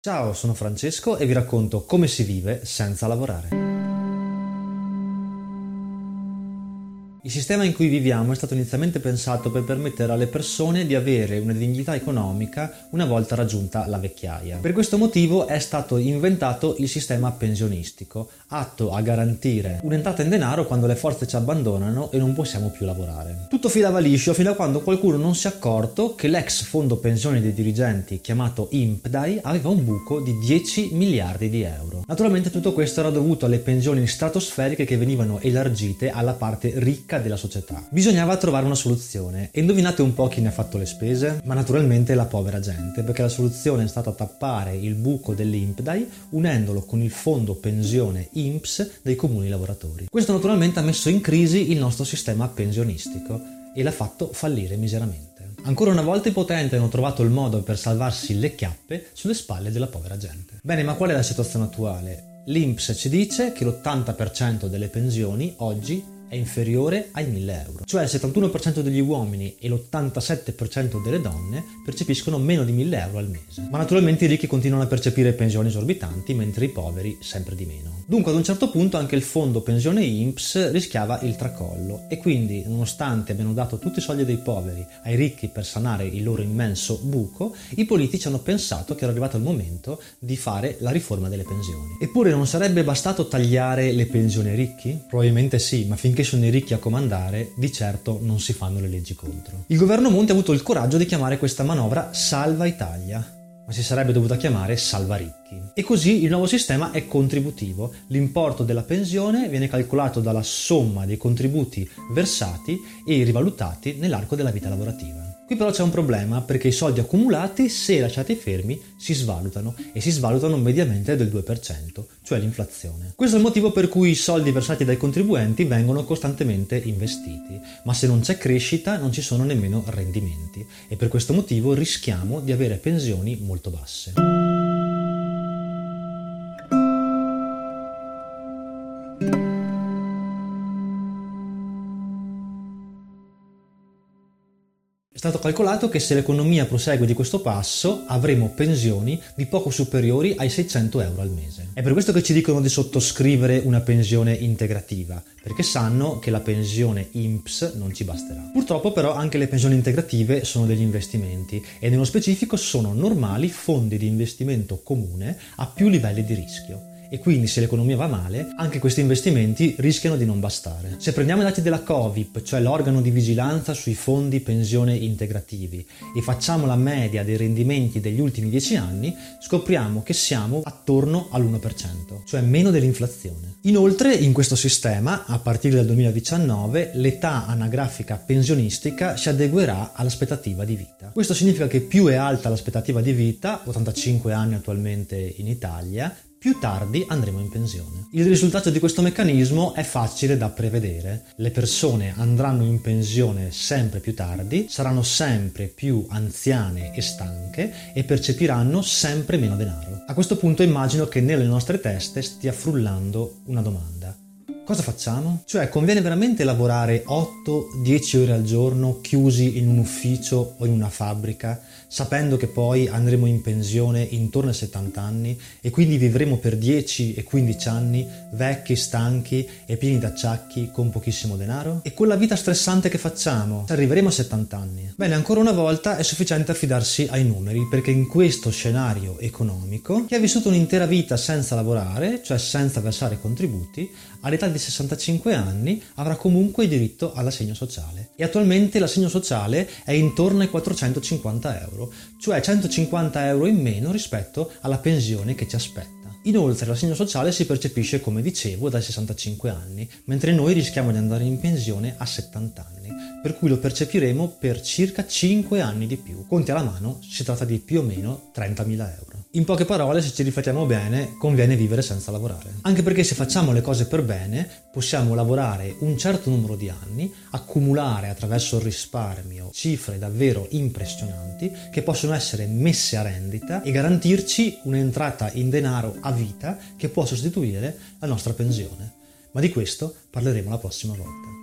Ciao, sono Francesco e vi racconto come si vive senza lavorare. Il sistema in cui viviamo è stato inizialmente pensato per permettere alle persone di avere una dignità economica una volta raggiunta la vecchiaia. Per questo motivo è stato inventato il sistema pensionistico, atto a garantire un'entrata in denaro quando le forze ci abbandonano e non possiamo più lavorare. Tutto filava liscio fino a quando qualcuno non si è accorto che l'ex fondo pensione dei dirigenti, chiamato INPDAI, aveva un buco di 10 miliardi di euro. Naturalmente tutto questo era dovuto alle pensioni stratosferiche che venivano elargite alla parte ricca della società. Bisognava trovare una soluzione e indovinate un po' chi ne ha fatto le spese? Ma naturalmente la povera gente, perché la soluzione è stata tappare il buco dell'INPDAI unendolo con il fondo pensione INPS dei comuni lavoratori. Questo naturalmente ha messo in crisi il nostro sistema pensionistico e l'ha fatto fallire miseramente. Ancora una volta i potenti hanno trovato il modo per salvarsi le chiappe sulle spalle della povera gente. Bene, ma qual è la situazione attuale? L'INPS ci dice che l'80% delle pensioni oggi è inferiore ai 1.000 euro. Cioè il 71% degli uomini e l'87% delle donne percepiscono meno di 1.000 euro al mese. Ma naturalmente i ricchi continuano a percepire pensioni esorbitanti, mentre i poveri sempre di meno. Dunque ad un certo punto anche il fondo pensione INPS rischiava il tracollo e quindi, nonostante abbiano dato tutti i soldi dei poveri ai ricchi per sanare il loro immenso buco, i politici hanno pensato che era arrivato il momento di fare la riforma delle pensioni. Eppure non sarebbe bastato tagliare le pensioni ai ricchi? Probabilmente sì, ma finché sono i ricchi a comandare, di certo non si fanno le leggi contro. Il governo Monti ha avuto il coraggio di chiamare questa manovra Salva Italia, ma si sarebbe dovuta chiamare Salva Ricchi. E così il nuovo sistema è contributivo. L'importo della pensione viene calcolato dalla somma dei contributi versati e rivalutati nell'arco della vita lavorativa. Qui però c'è un problema, perché i soldi accumulati, se lasciati fermi, si svalutano e si svalutano mediamente del 2%, cioè l'inflazione. Questo è il motivo per cui i soldi versati dai contribuenti vengono costantemente investiti, ma se non c'è crescita non ci sono nemmeno rendimenti e per questo motivo rischiamo di avere pensioni molto basse. È stato calcolato che se l'economia prosegue di questo passo avremo pensioni di poco superiori ai 600 euro al mese. È per questo che ci dicono di sottoscrivere una pensione integrativa, perché sanno che la pensione INPS non ci basterà. Purtroppo però anche le pensioni integrative sono degli investimenti e nello specifico sono normali fondi di investimento comune a più livelli di rischio. E quindi se l'economia va male, anche questi investimenti rischiano di non bastare. Se prendiamo i dati della Covip, cioè l'organo di vigilanza sui fondi pensione integrativi, e facciamo la media dei rendimenti degli ultimi 10 anni, scopriamo che siamo attorno all'1%, cioè meno dell'inflazione. Inoltre, in questo sistema, a partire dal 2019, l'età anagrafica pensionistica si adeguerà all'aspettativa di vita. Questo significa che più è alta l'aspettativa di vita, 85 anni attualmente in Italia, più tardi andremo in pensione. Il risultato di questo meccanismo è facile da prevedere. Le persone andranno in pensione sempre più tardi, saranno sempre più anziane e stanche e percepiranno sempre meno denaro. A questo punto immagino che nelle nostre teste stia frullando una domanda. Cosa facciamo? Cioè, conviene veramente lavorare 8-10 ore al giorno chiusi in un ufficio o in una fabbrica, sapendo che poi andremo in pensione intorno ai 70 anni e quindi vivremo per 10 e 15 anni vecchi, stanchi e pieni d'acciacchi con pochissimo denaro? E quella vita stressante che facciamo? Arriveremo a 70 anni? Bene, ancora una volta è sufficiente affidarsi ai numeri, perché in questo scenario economico, chi ha vissuto un'intera vita senza lavorare, cioè senza versare contributi, all'età di 65 anni avrà comunque diritto all'assegno sociale e attualmente l'assegno sociale è intorno ai 450 euro, cioè 150 euro in meno rispetto alla pensione che ci aspetta. Inoltre l'assegno sociale si percepisce, come dicevo, dai 65 anni, mentre noi rischiamo di andare in pensione a 70 anni, per cui lo percepiremo per circa 5 anni di più. Conti alla mano, si tratta di più o meno 30.000 euro. In poche parole, se ci riflettiamo bene, conviene vivere senza lavorare. Anche perché se facciamo le cose per bene, possiamo lavorare un certo numero di anni, accumulare attraverso il risparmio cifre davvero impressionanti che possono essere messe a rendita e garantirci un'entrata in denaro a vita che può sostituire la nostra pensione. Ma di questo parleremo la prossima volta.